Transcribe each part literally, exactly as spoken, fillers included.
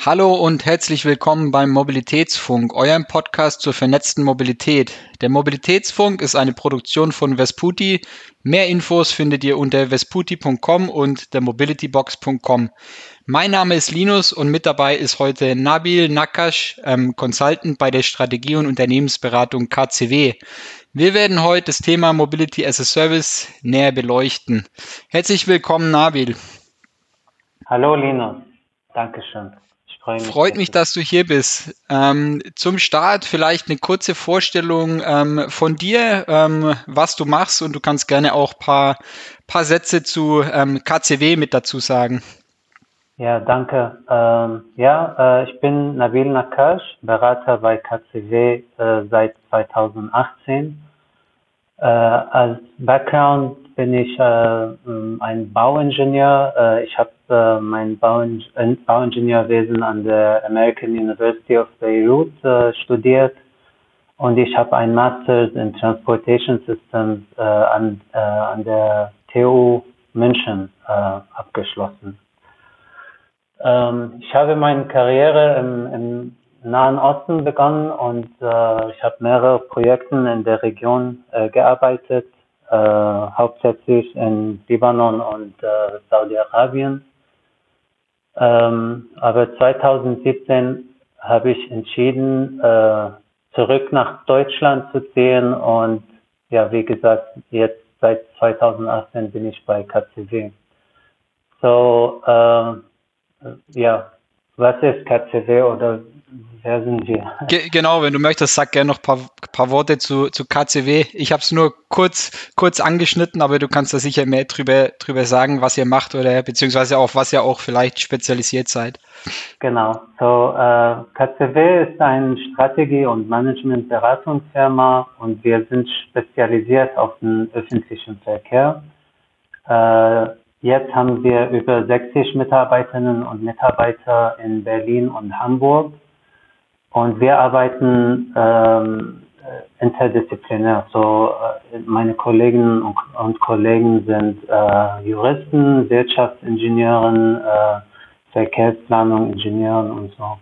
Hallo und herzlich willkommen beim Mobilitätsfunk, eurem Podcast zur vernetzten Mobilität. Der Mobilitätsfunk ist eine Produktion von Vesputi. Mehr Infos findet ihr unter vesputi punkt com und der mobilitybox punkt com. Mein Name ist Linus und mit dabei ist heute Nabil Nakash, ähm, Consultant bei der Strategie- und Unternehmensberatung K C W. Wir werden heute das Thema Mobility as a Service näher beleuchten. Herzlich willkommen, Nabil. Hallo Linus, Dankeschön. Ich freue mich, Freut dass mich, ich. dass du hier bist. Ähm, zum Start vielleicht eine kurze Vorstellung ähm, von dir, ähm, was du machst, und du kannst gerne auch paar, paar Sätze zu ähm, K C W mit dazu sagen. Ja, danke. Ähm, ja, äh, ich bin Nabil Nakash, Berater bei K C W äh, seit zweitausendachtzehn. Äh, als Background bin ich äh, ähm, ein Bauingenieur. Äh, ich habe äh, mein Bauing Bauingenieurwesen an der American University of Beirut äh, studiert und ich habe ein Masters in Transportation Systems äh, an, äh, an der T U München äh, abgeschlossen. Ähm, ich habe meine Karriere im, im Nahen Osten begonnen und äh, ich habe mehrere Projekte in der Region äh, gearbeitet, äh, hauptsächlich in Libanon und äh, Saudi-Arabien. Ähm, aber zweitausendsiebzehn habe ich entschieden, äh, zurück nach Deutschland zu ziehen und ja, wie gesagt, jetzt seit zweitausendachtzehn bin ich bei K C W. So, äh, ja, was ist K C W oder wer sind wir? Ge genau, wenn du möchtest, sag gerne noch ein paar, paar Worte zu, zu K C W. Ich habe es nur kurz, kurz angeschnitten, aber du kannst da sicher mehr drüber, drüber sagen, was ihr macht oder beziehungsweise auch, was ihr auch vielleicht spezialisiert seid. Genau, so äh, K C W ist eine Strategie- und Management-Beratungsfirma und wir sind spezialisiert auf den öffentlichen Verkehr. Äh, jetzt haben wir über sechzig Mitarbeiterinnen und Mitarbeiter in Berlin und Hamburg und wir arbeiten ähm, interdisziplinär. So äh, meine Kolleginnen und, und Kollegen sind äh, Juristen, Wirtschaftsingenieuren, äh, Verkehrsplanung, Ingenieuren und so.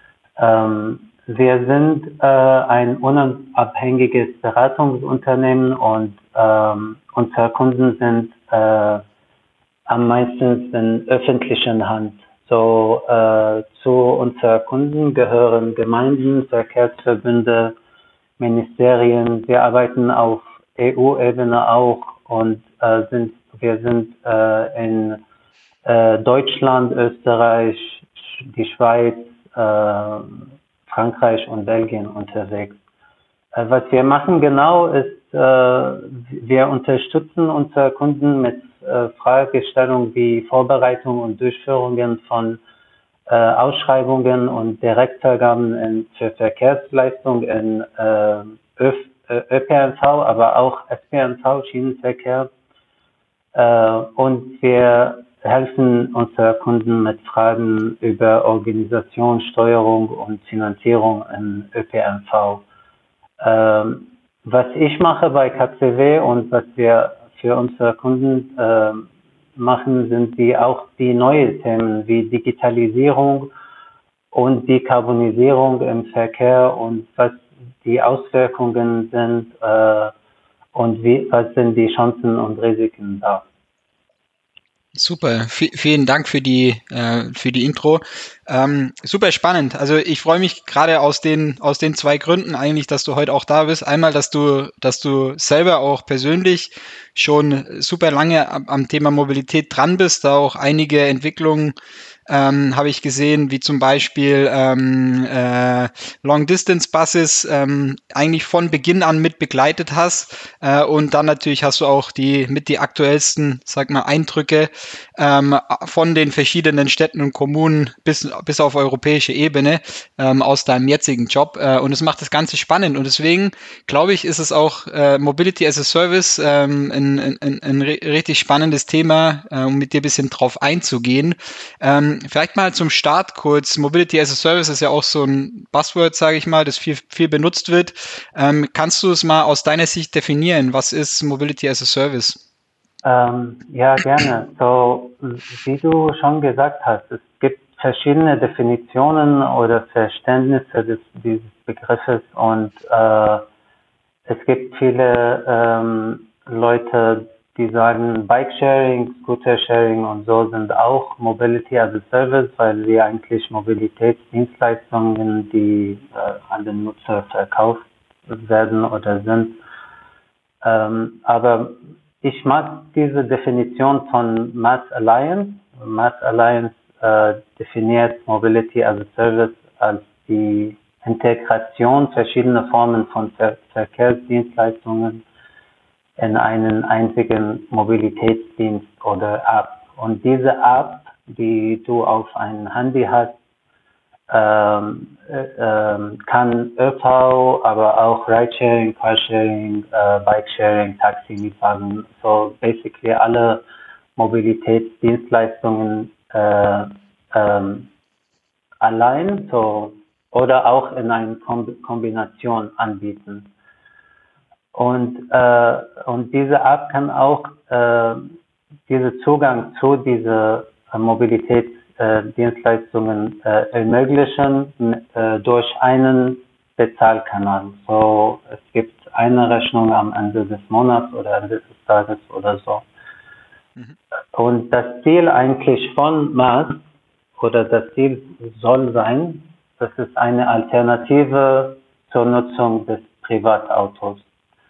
Ähm, wir sind äh, ein unabhängiges Beratungsunternehmen und ähm, unsere Kunden sind äh, am meisten in öffentlicher Hand. So äh, zu unseren Kunden gehören Gemeinden, Verkehrsverbünde, Ministerien. Wir arbeiten auf E U-Ebene auch und äh, sind wir sind äh, in äh, Deutschland, Österreich, die Schweiz, äh, Frankreich und Belgien unterwegs. Äh, was wir machen genau ist, äh, wir unterstützen unsere Kunden mit äh, Fragestellungen wie Vorbereitung und Durchführungen von äh, Ausschreibungen und Direktvergaben in, für Verkehrsleistung in äh, Ö, ÖPNV, aber auch S P N V, Schienenverkehr. Äh, und wir helfen unseren Kunden mit Fragen über Organisation, Steuerung und Finanzierung im ÖPNV. Ähm, was ich mache bei K C W und was wir für unsere Kunden äh, machen, sind die auch die neuen Themen wie Digitalisierung und Dekarbonisierung im Verkehr und was die Auswirkungen sind äh, und wie, was sind die Chancen und Risiken da. Super, v vielen Dank für die, äh, für die Intro. Ähm, super spannend. Also ich freue mich gerade aus den, aus den zwei Gründen eigentlich, dass du heute auch da bist. Einmal, dass du, dass du selber auch persönlich schon super lange am, am Thema Mobilität dran bist, da auch einige Entwicklungen ähm, habe ich gesehen, wie zum Beispiel ähm, äh, Long-Distance-Buses ähm, eigentlich von Beginn an mit begleitet hast. Äh, und dann natürlich hast du auch die mit die aktuellsten, sag mal, Eindrücke ähm, von den verschiedenen Städten und Kommunen bis, bis auf europäische Ebene ähm, aus deinem jetzigen Job. Äh, und es macht das Ganze spannend. Und deswegen glaube ich, ist es auch äh, Mobility as a Service ähm, ein, ein, ein, ein richtig spannendes Thema, äh, um mit dir ein bisschen drauf einzugehen. Ähm, vielleicht mal zum Start kurz. Mobility as a Service ist ja auch so ein Buzzword, sage ich mal, das viel, viel benutzt wird. Ähm, kannst du es mal aus deiner Sicht definieren? Was ist Mobility as a Service? Ähm, ja, gerne. So, wie du schon gesagt hast, es gibt verschiedene Definitionen oder Verständnisse des, dieses Begriffes und äh, es gibt viele ähm, Leute, die sagen, Bike-Sharing, Scooter-Sharing und so sind auch Mobility as a Service, weil sie eigentlich Mobilitätsdienstleistungen, die äh, an den Nutzer verkauft werden oder sind. Ähm, aber ich mag diese Definition von Mass Alliance. Mass Alliance äh, definiert Mobility as a Service als die Integration verschiedener Formen von Ver Verkehrsdienstleistungen in einen einzigen Mobilitätsdienst oder App. Und diese App, die du auf ein Handy hast, ähm, äh, ähm, kann ÖV, aber auch Ridesharing, Carsharing, äh, Bikesharing, Taxi mitfahren. So basically alle Mobilitätsdienstleistungen äh, ähm, allein so, oder auch in einer Kombination anbieten. Und, äh, und diese App kann auch äh, diesen Zugang zu diesen äh, Mobilitätsdienstleistungen äh, ermöglichen äh, durch einen Bezahlkanal. So, es gibt eine Rechnung am Ende des Monats oder Ende des Tages oder so. Mhm. Und das Ziel eigentlich von Mass oder das Ziel soll sein, dass es eine Alternative zur Nutzung des Privatautos.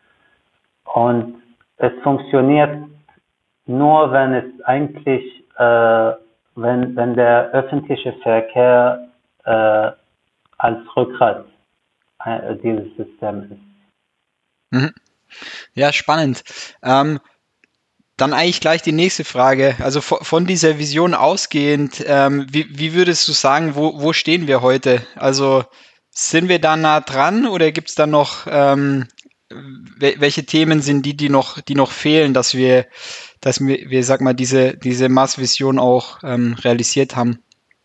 Und es funktioniert nur, wenn es eigentlich, äh, wenn, wenn der öffentliche Verkehr äh, als Rückgrat äh, dieses Systems ist. Mhm. Ja, spannend. Ähm, Dann eigentlich gleich die nächste Frage. Also von, von dieser Vision ausgehend, ähm, wie, wie würdest du sagen, wo, wo stehen wir heute? Also sind wir da nah dran oder gibt es da noch, ähm, wel- welche Themen sind die, die noch, die noch fehlen, dass wir, dass wir, wir sag mal, diese, diese Mars-Vision auch ähm, realisiert haben?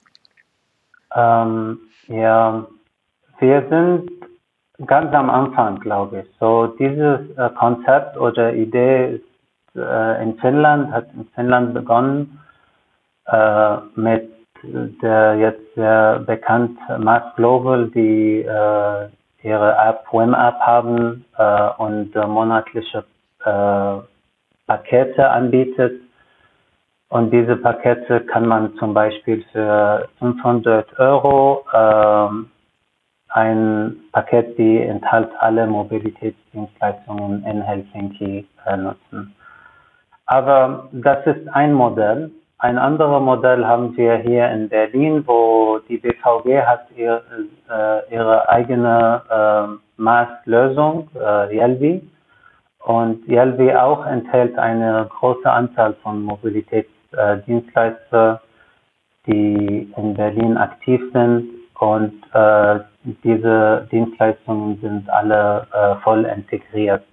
Ähm, ja, wir sind ganz am Anfang, glaube ich. So dieses äh, Konzept oder Idee ist äh, in Finnland, hat in Finnland begonnen äh, mit der jetzt sehr bekannt Mass Global, die äh, ihre App WimApp haben äh, und äh, monatliche äh, Pakete anbietet. Und diese Pakete kann man zum Beispiel für fünfhundert Euro ähm, ein Paket, die enthält alle Mobilitätsdienstleistungen in Helsinki äh, nutzen. Aber das ist ein Modell. Ein anderes Modell haben wir hier in Berlin, wo die B V G hat ihr, äh, ihre eigene äh, Maßlösung, äh, Yelvi. Und Yelvi auch enthält eine große Anzahl von Mobilitätsdienstleistern, die in Berlin aktiv sind. Und äh, diese Dienstleistungen sind alle äh, voll integriert.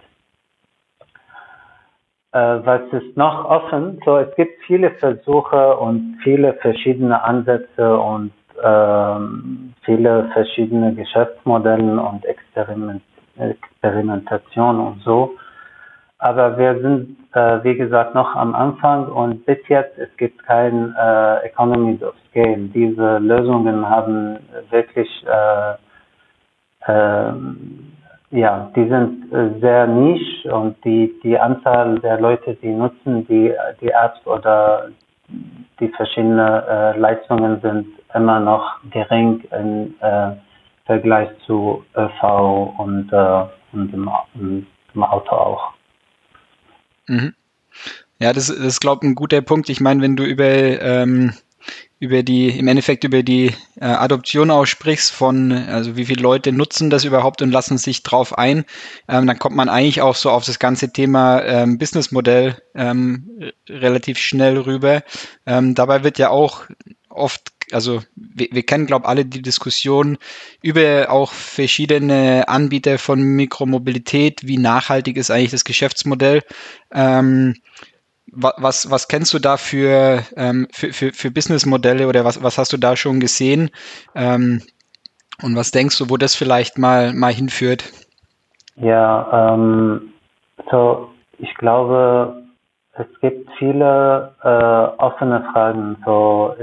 Was ist noch offen? So, es gibt viele Versuche und viele verschiedene Ansätze und ähm, viele verschiedene Geschäftsmodelle und Experiment, Experimentation und so. Aber wir sind, äh, wie gesagt, noch am Anfang und bis jetzt, es gibt kein äh, Economies of Scale. Diese Lösungen haben wirklich äh, äh, ja, die sind äh, sehr nisch und die, die Anzahl der Leute, die nutzen die, die Apps oder die verschiedenen äh, Leistungen sind immer noch gering im äh, Vergleich zu ÖV und, äh, und im, im Auto auch. Mhm. Ja, das, das ist, glaube ich, ein guter Punkt. Ich meine, wenn du über ähm, über die, im Endeffekt über die äh, Adoption aussprichst von, also wie viele Leute nutzen das überhaupt und lassen sich drauf ein, ähm, dann kommt man eigentlich auch so auf das ganze Thema ähm, Businessmodell ähm, relativ schnell rüber. Ähm, dabei wird ja auch oft, also wir, wir kennen, glaube ich, alle die Diskussion über auch verschiedene Anbieter von Mikromobilität, wie nachhaltig ist eigentlich das Geschäftsmodell. Ähm, was, was kennst du da für, ähm, für, für, für Businessmodelle oder was, was hast du da schon gesehen? Ähm, und was denkst du, wo das vielleicht mal, mal hinführt? Ja, ähm, so ich glaube, es gibt viele äh, offene Fragen. So,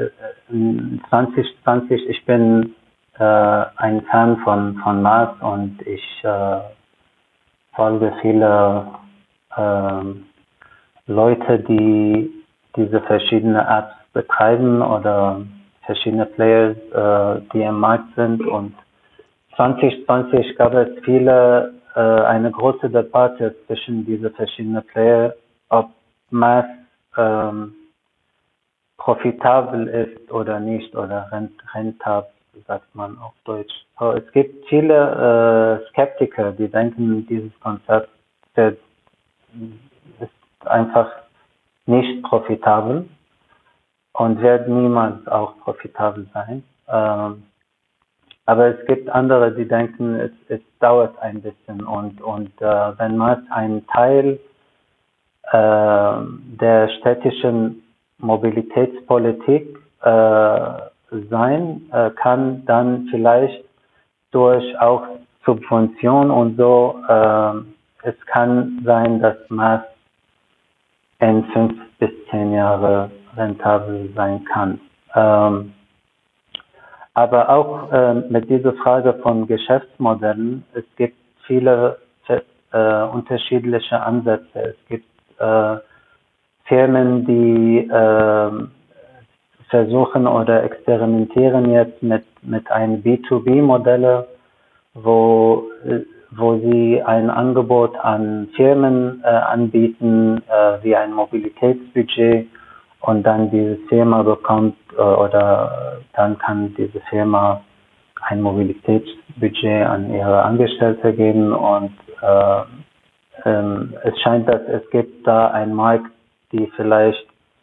zwanzig zwanzig, ich bin äh, ein Fan von, von Mars und ich äh, folge viele äh, Leute, die diese verschiedenen Apps betreiben oder verschiedene Players, äh, die im Markt sind. Und zwanzig zwanzig gab es viele, äh, eine große Debatte zwischen diese verschiedenen Player, ob Mars ähm, profitabel ist oder nicht oder rent, rentabel, sagt man auf Deutsch. So, es gibt viele äh, Skeptiker, die denken, dieses Konzept wird, ist einfach nicht profitabel und wird niemals auch profitabel sein. Ähm, aber es gibt andere, die denken, es, es dauert ein bisschen und, und äh, wenn Mars ein Teil äh, der städtischen Mobilitätspolitik äh, sein äh, kann, dann vielleicht durch auch Subvention und so. Äh, es kann sein, dass Mars in fünf bis zehn Jahre rentabel sein kann. Ähm, aber auch äh, mit dieser Frage von Geschäftsmodellen, es gibt viele äh, unterschiedliche Ansätze. Es gibt äh, Firmen, die äh, versuchen oder experimentieren jetzt mit, mit einem B zwei B-Modelle, wo, wo sie ein Angebot an Firmen äh, anbieten, äh, wie ein Mobilitätsbudget, und dann diese Firma bekommt äh, oder dann kann diese Firma ein Mobilitätsbudget an ihre Angestellte geben und äh, ähm, es scheint, dass es gibt da einen Markt, die vielleicht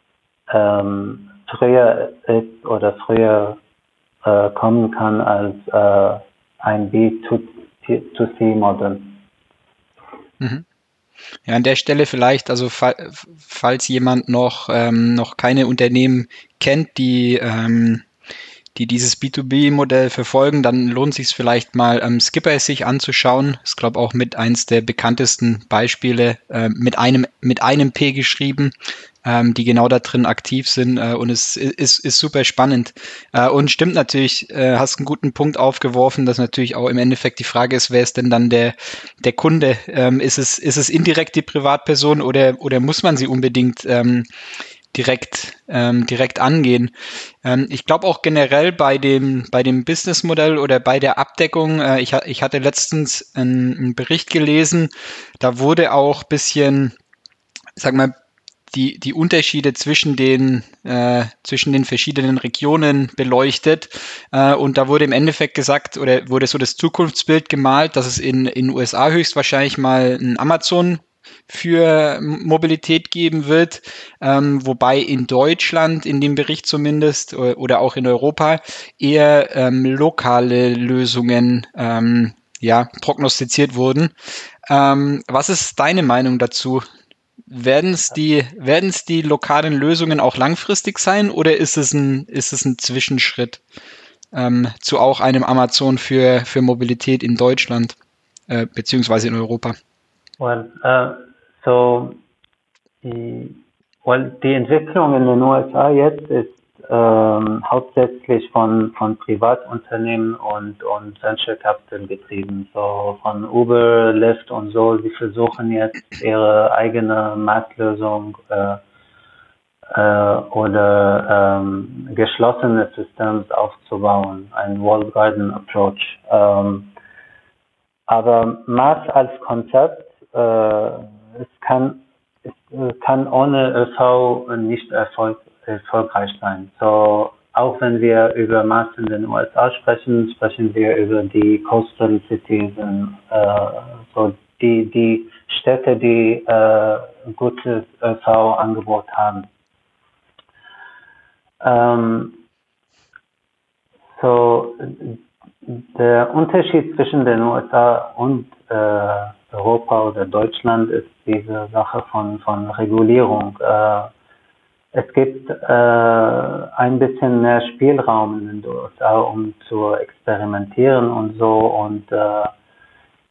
ähm, früher ist oder früher äh, kommen kann als äh, ein B zwei C-Modell. Mhm. Ja, an der Stelle vielleicht, also fa falls jemand noch, ähm, noch keine Unternehmen kennt, die, ähm, die dieses B zwei B-Modell verfolgen, dann lohnt sich es vielleicht mal, ähm, Skipper sich anzuschauen. Ist, glaube auch mit eins der bekanntesten Beispiele, äh, mit einem, mit einem P geschrieben, ähm, die genau da drin aktiv sind, äh, und es ist, ist super spannend. Äh, und stimmt natürlich, äh, hast einen guten Punkt aufgeworfen, dass natürlich auch im Endeffekt die Frage ist, wer ist denn dann der, der Kunde? Ähm, ist es, ist es indirekt die Privatperson oder, oder muss man sie unbedingt ähm, direkt, ähm, direkt angehen? Ähm, ich glaube auch generell bei dem, bei dem Businessmodell oder bei der Abdeckung, äh, ich, ich hatte letztens einen, einen Bericht gelesen, da wurde auch bisschen, sag mal, die, die Unterschiede zwischen den, äh, zwischen den verschiedenen Regionen beleuchtet. Äh, und da wurde im Endeffekt gesagt, oder wurde so das Zukunftsbild gemalt, dass es in in U S A höchstwahrscheinlich mal ein Amazon für Mobilität geben wird, ähm, wobei in Deutschland, in dem Bericht zumindest, oder auch in Europa, eher ähm, lokale Lösungen ähm, ja, prognostiziert wurden. Ähm, was ist deine Meinung dazu? Werden es die, werden es die lokalen Lösungen auch langfristig sein oder ist es ein, ist es ein Zwischenschritt ähm, zu auch einem Amazon für, für Mobilität in Deutschland äh, beziehungsweise in Europa? Well, uh, so die, well, die Entwicklung in den U S A jetzt ist ähm, hauptsächlich von, von Privatunternehmen und, und Venture Capital getrieben. So von Uber, Lyft und so. Sie versuchen jetzt ihre eigene Marktlösung äh, äh, oder ähm, geschlossene Systems aufzubauen, ein Walled Garden Approach. Ähm, aber Mars als Konzept, äh, es kann, es äh, kann ohne Ö V nicht erfolg, erfolgreich sein. So, auch wenn wir über Mars in den U S A sprechen, sprechen wir über die Coastal Cities, in, äh, so die, die Städte, die äh, gutes Ö V-Angebot haben. Ähm, so, der Unterschied zwischen den U S A und äh, Europa oder Deutschland ist diese Sache von, von Regulierung. Äh, es gibt äh, ein bisschen mehr Spielraum in den U S A, um zu experimentieren und so. Und äh,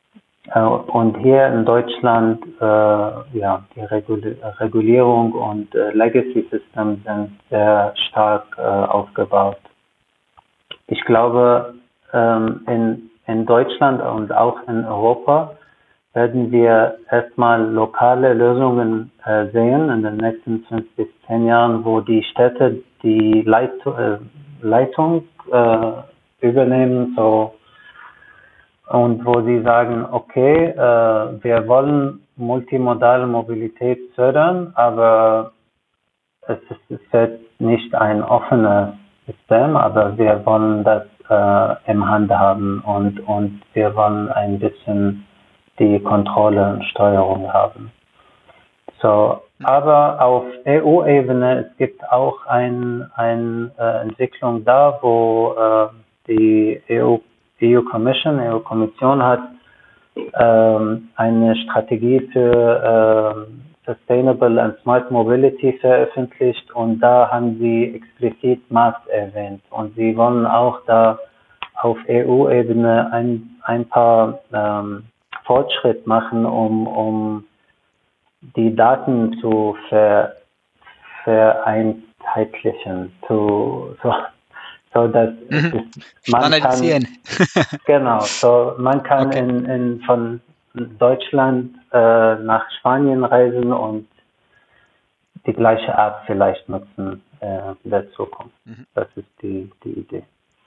Äh, und hier in Deutschland, äh, ja, die Regul Regulierung und äh, Legacy Systems sind sehr stark äh, aufgebaut. Ich glaube, ähm, in, in Deutschland und auch in Europa werden wir erstmal lokale Lösungen äh, sehen in den nächsten fünf bis zehn Jahren, wo die Städte die Leit äh, Leitung äh, übernehmen, so, und wo sie sagen, okay, äh, wir wollen multimodale Mobilität fördern, aber es, ist, es wird nicht ein offenes System, aber wir wollen das äh, im Hand haben und, und wir wollen ein bisschen die Kontrolle und Steuerung haben. So, aber auf E U-Ebene, es gibt auch eine ein, äh, Entwicklung da, wo äh, die E U, E U-Commission, E U-Kommission hat ähm, eine Strategie für ähm, Sustainable and Smart Mobility veröffentlicht und da haben sie explizit Markt erwähnt und sie wollen auch da auf E U-Ebene ein, ein paar ähm, Fortschritt machen, um, um die Daten zu ver, vereinheitlichen, zu, so, so dass es Mhm. ist, man kann, Standardisieren. genau, so man kann Okay. in, in, von Deutschland äh, nach Spanien reisen und die gleiche App vielleicht nutzen äh, in der Zukunft. Mhm. Das ist die, die Idee.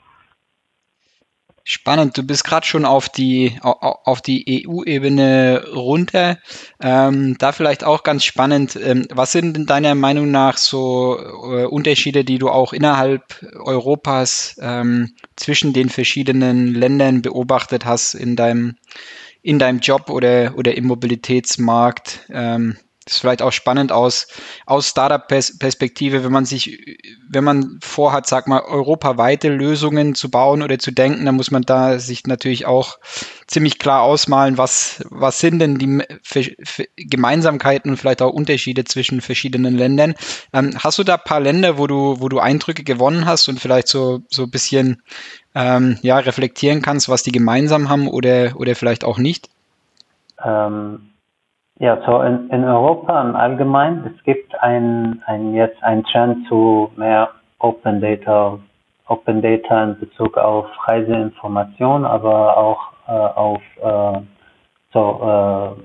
Spannend, du bist gerade schon auf die, au- au- auf die E U-Ebene runter. Ähm, da vielleicht auch ganz spannend, ähm, was sind denn deiner Meinung nach so äh, Unterschiede, die du auch innerhalb Europas ähm, zwischen den verschiedenen Ländern beobachtet hast in deinem, in deinem Job oder, oder im Mobilitätsmarkt? Ähm, das ist vielleicht auch spannend aus, aus Startup-Perspektive, wenn man sich, wenn man vorhat, sag mal, europaweite Lösungen zu bauen oder zu denken, dann muss man da sich natürlich auch ziemlich klar ausmalen, was, was sind denn die F F Gemeinsamkeiten und vielleicht auch Unterschiede zwischen verschiedenen Ländern. Ähm, hast du da ein paar Länder, wo du, wo du Eindrücke gewonnen hast und vielleicht so, so ein bisschen ähm, ja, reflektieren kannst, was die gemeinsam haben oder, oder vielleicht auch nicht? Ähm, ja, so in, in Europa im Allgemeinen, es gibt ein, ein jetzt ein Trend zu mehr Open Data, Open Data in Bezug auf Reiseinformation, aber auch äh, auf äh, so äh,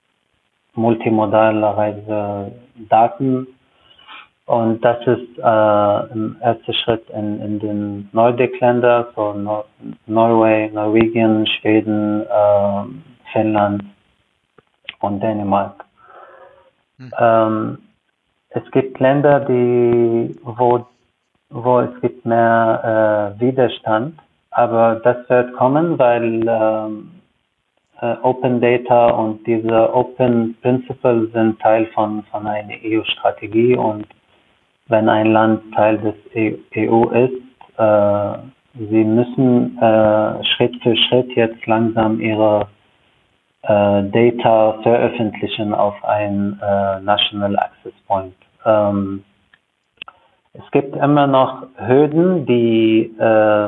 multimodale Reisedaten. Und das ist äh, im ersten Schritt in, in den Nordic-Ländern, so Nor Norway, Norwegen, Schweden, äh, Finnland und Dänemark. Hm. Ähm, es gibt Länder, die, wo, wo es gibt mehr äh, Widerstand, aber das wird kommen, weil ähm, äh, Open Data und diese Open Principles sind Teil von, von einer E U-Strategie und wenn ein Land Teil des E U ist, äh, sie müssen äh, Schritt für Schritt jetzt langsam ihre äh, Data veröffentlichen auf ein äh, National Access Point. Ähm, es gibt immer noch Hürden, die, äh,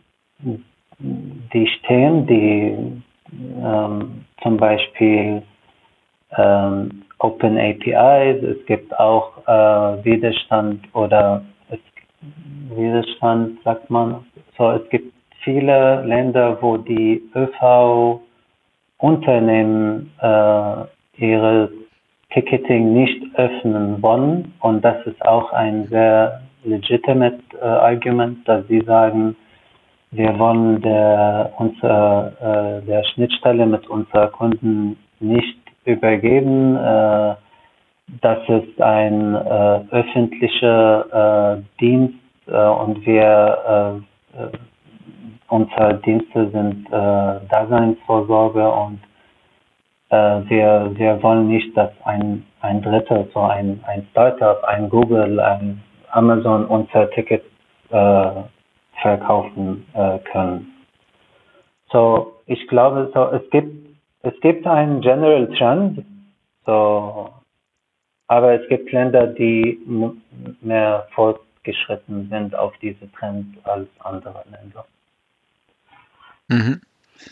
die stehen, die ähm, zum Beispiel ähm, Open A P Is, es gibt auch äh, Widerstand oder es, Widerstand, sagt man. So, es gibt viele Länder, wo die ÖV-Unternehmen äh, ihre Ticketing nicht öffnen wollen und das ist auch ein sehr legitimate äh, Argument, dass sie sagen, wir wollen der, unser, äh, der Schnittstelle mit unseren Kunden nicht übergeben. Äh, das ist ein äh, öffentlicher äh, Dienst äh, und wir, äh, äh, unsere Dienste sind äh, Daseinsvorsorge und äh, wir, wir wollen nicht, dass ein, ein Dritter, so ein, ein Startup, ein Google, ein Amazon unser Ticket äh, verkaufen äh, können. So, ich glaube, so, es gibt, es gibt einen General Trend, so, aber es gibt Länder, die mehr fortgeschritten sind auf diese Trend als andere Länder. Mhm.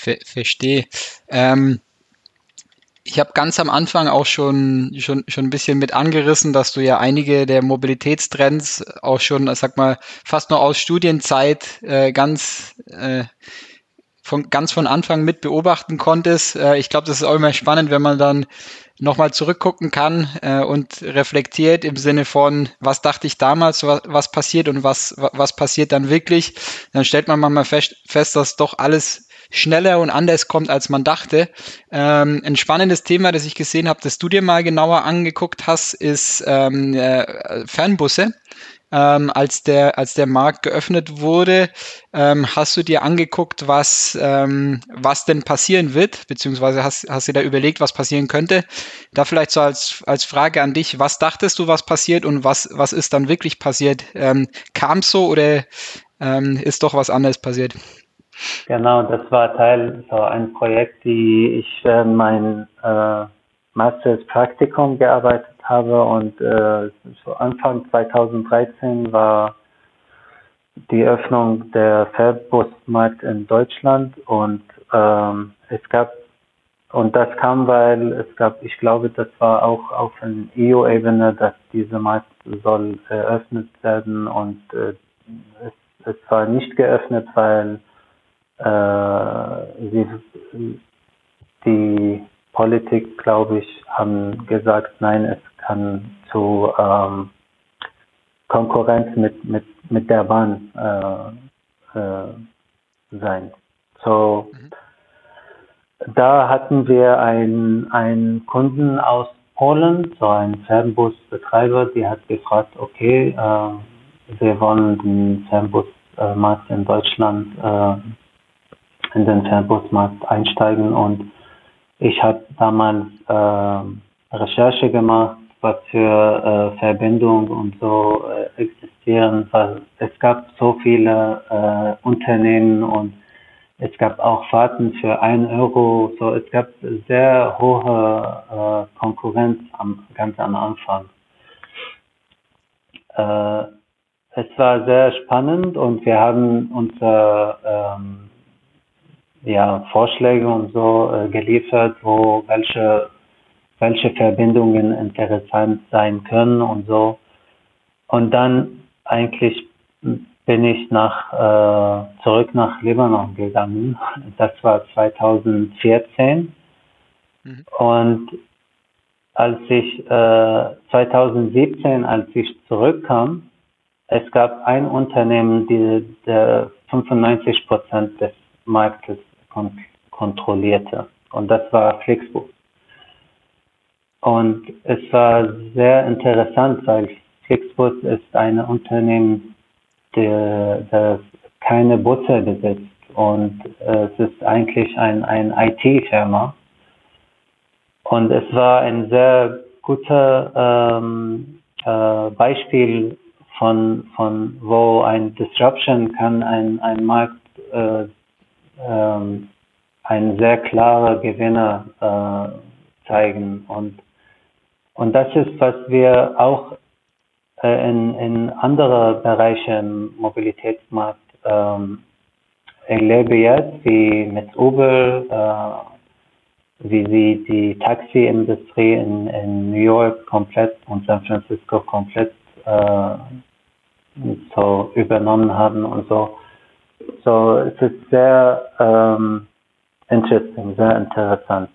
ver verstehe. Ähm, Ich habe ganz am Anfang auch schon, schon, schon ein bisschen mit angerissen, dass du ja einige der Mobilitätstrends auch schon, sag mal, fast noch aus Studienzeit äh, ganz, äh, von, ganz von Anfang mit beobachten konntest. Äh, ich glaube, das ist auch immer spannend, wenn man dann nochmal zurückgucken kann äh, und reflektiert im Sinne von, was dachte ich damals, was, was passiert und was, was passiert dann wirklich. Dann stellt man manchmal fest, fest dass doch alles schneller und anders kommt, als man dachte. Ähm, ein spannendes Thema, das ich gesehen habe, das du dir mal genauer angeguckt hast, ist ähm, äh, Fernbusse. Ähm, als der, als der Markt geöffnet wurde, ähm, hast du dir angeguckt, was, ähm, was denn passieren wird, beziehungsweise hast, hast dir da überlegt, was passieren könnte? Da vielleicht so als, als Frage an dich, was dachtest du, was passiert und was, was ist dann wirklich passiert? Ähm, kam es so oder ähm, ist doch was anderes passiert? Genau, das war Teil so ein Projekt, die ich äh, mein äh, Masters-Praktikum gearbeitet habe und äh, so Anfang zweitausenddreizehn war die Öffnung der Fernbusmarkt in Deutschland und ähm, es gab und das kam, weil es gab, ich glaube, das war auch auf der E U-Ebene, dass diese Markt soll eröffnet werden und äh, es, es war nicht geöffnet, weil äh, sie, die Politik, glaube ich, haben gesagt, nein, es kann zu ähm, Konkurrenz mit, mit, mit der Bahn äh, äh, sein. So, Mhm. da hatten wir einen, einen Kunden aus Polen, so einen Fernbusbetreiber, die hat gefragt, okay, äh, wir wollen den Fernbusmarkt in Deutschland, äh, in den Fernbusmarkt einsteigen und ich habe damals äh, Recherche gemacht, was für äh, Verbindungen und so äh, existieren, weil es gab so viele äh, Unternehmen und es gab auch Fahrten für ein Euro. So, es gab sehr hohe äh, Konkurrenz am, ganz am Anfang. Äh, es war sehr spannend und wir haben unsere ähm, ja, Vorschläge und so äh, geliefert, wo welche welche Verbindungen interessant sein können und so. Und dann eigentlich bin ich nach, äh, zurück nach Libanon gegangen. Das war zweitausendvierzehn. Mhm. Und als ich äh, zweitausendsiebzehn, als ich zurückkam, es gab ein Unternehmen, die der fünfundneunzig Prozent des Marktes kon kontrollierte. Und das war Flixbus. Und es war sehr interessant, weil Flixbus ist ein Unternehmen, der, das keine Busse besitzt. Und äh, es ist eigentlich ein, ein I T-Firma. Und es war ein sehr guter ähm, äh, Beispiel von, von wo ein Disruption kann ein, ein Markt äh, ähm, ein sehr klarer Gewinner äh, zeigen. Und Und das ist, was wir auch äh, in, in andere Bereiche im Mobilitätsmarkt ähm, erleben jetzt, wie mit Uber, äh, wie sie die Taxiindustrie in, in New York komplett und San Francisco komplett äh, so übernommen haben und so. So, es ist sehr ähm, interesting, sehr interessant.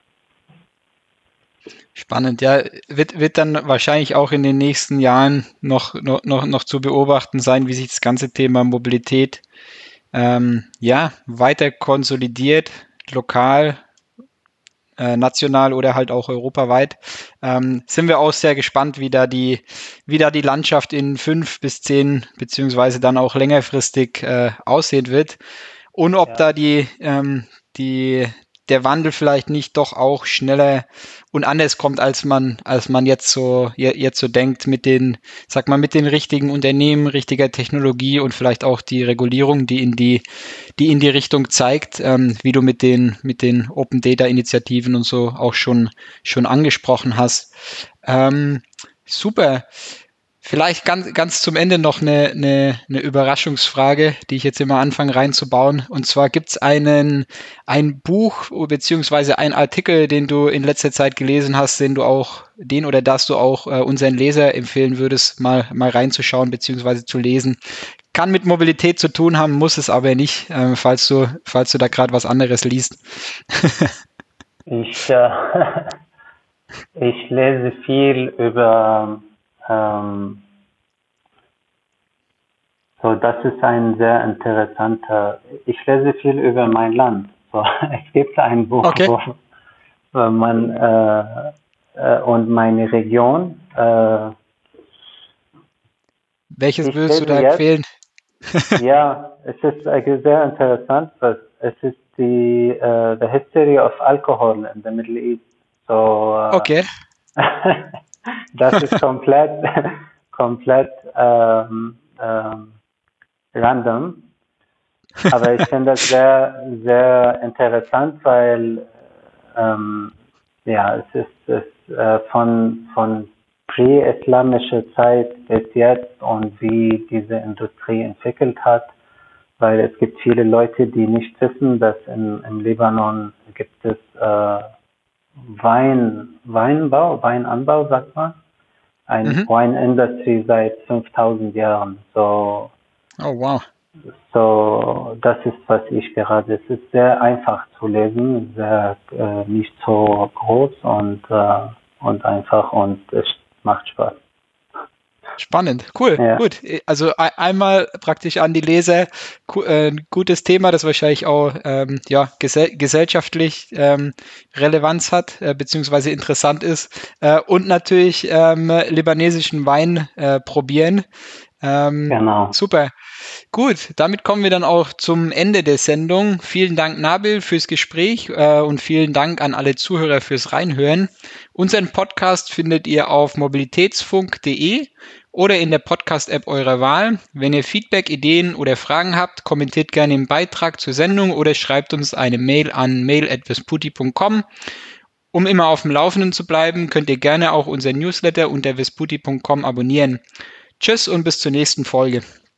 Spannend, ja, wird, wird dann wahrscheinlich auch in den nächsten Jahren noch, noch, noch, noch zu beobachten sein, wie sich das ganze Thema Mobilität ähm, ja, weiter konsolidiert, lokal, äh, national oder halt auch europaweit. Ähm, sind wir auch sehr gespannt, wie da die, wie da die Landschaft in fünf bis zehn beziehungsweise dann auch längerfristig äh, aussehen wird. Und ob Ja. da die, ähm, die, der Wandel vielleicht nicht doch auch schneller und anders kommt, als man, als man jetzt so, je- jetzt so denkt, mit den, sag mal, mit den richtigen Unternehmen, richtiger Technologie und vielleicht auch die Regulierung, die in die, die in die Richtung zeigt, ähm, wie du mit den, mit den Open Data Initiativen und so auch schon, schon angesprochen hast. Ähm, super. Vielleicht ganz, ganz zum Ende noch eine, eine, eine Überraschungsfrage, die ich jetzt immer anfange reinzubauen. Und zwar gibt es einen, ein Buch beziehungsweise einen Artikel, den du in letzter Zeit gelesen hast, den du auch, den oder das du auch äh, unseren Leser empfehlen würdest, mal, mal reinzuschauen beziehungsweise zu lesen. Kann mit Mobilität zu tun haben, muss es aber nicht, äh, falls du, falls du da gerade was anderes liest. Ich, äh, ich lese viel über, ähm, so das ist ein sehr interessanter, ich lese viel über mein Land. So, es gibt ein Buch, Okay. wo, wo man, äh, äh, und meine Region, äh, Welches ich würdest du lese da jetzt, empfehlen? ja, es ist äh, sehr interessant, was es ist die uh, the history of alcohol in the Middle East. So uh, Okay. das ist komplett komplett ähm, ähm, random, aber ich finde das sehr sehr interessant, weil ähm, ja es ist es, äh, von von prä-islamischer Zeit bis jetzt und wie diese Industrie entwickelt hat, weil es gibt viele Leute, die nicht wissen, dass in, im Libanon gibt es äh, Wein, Weinbau, Weinanbau, sagt man, ein Mhm. Wine Industry seit fünftausend Jahren. So, Oh, wow. so das ist, was ich gerade. Es ist sehr einfach zu lesen, sehr äh, nicht so groß und äh, und einfach und es macht Spaß. Spannend, cool, Ja, gut. Also ei- einmal praktisch an die Leser, gu- äh, ein gutes Thema, das wahrscheinlich auch ähm, ja, gesell gesellschaftlich ähm, Relevanz hat, äh, beziehungsweise interessant ist. Äh, und natürlich ähm, libanesischen Wein äh, probieren. Ähm, genau. super. Gut, damit kommen wir dann auch zum Ende der Sendung. Vielen Dank, Nabil, fürs Gespräch äh, und vielen Dank an alle Zuhörer fürs Reinhören. Unseren Podcast findet ihr auf mobilitätsfunk punkt de oder in der Podcast-App eurer Wahl. Wenn ihr Feedback, Ideen oder Fragen habt, kommentiert gerne im Beitrag zur Sendung oder schreibt uns eine Mail an mail at vesputi punkt com. Um immer auf dem Laufenden zu bleiben, könnt ihr gerne auch unseren Newsletter unter vesputi punkt com abonnieren. Tschüss und bis zur nächsten Folge.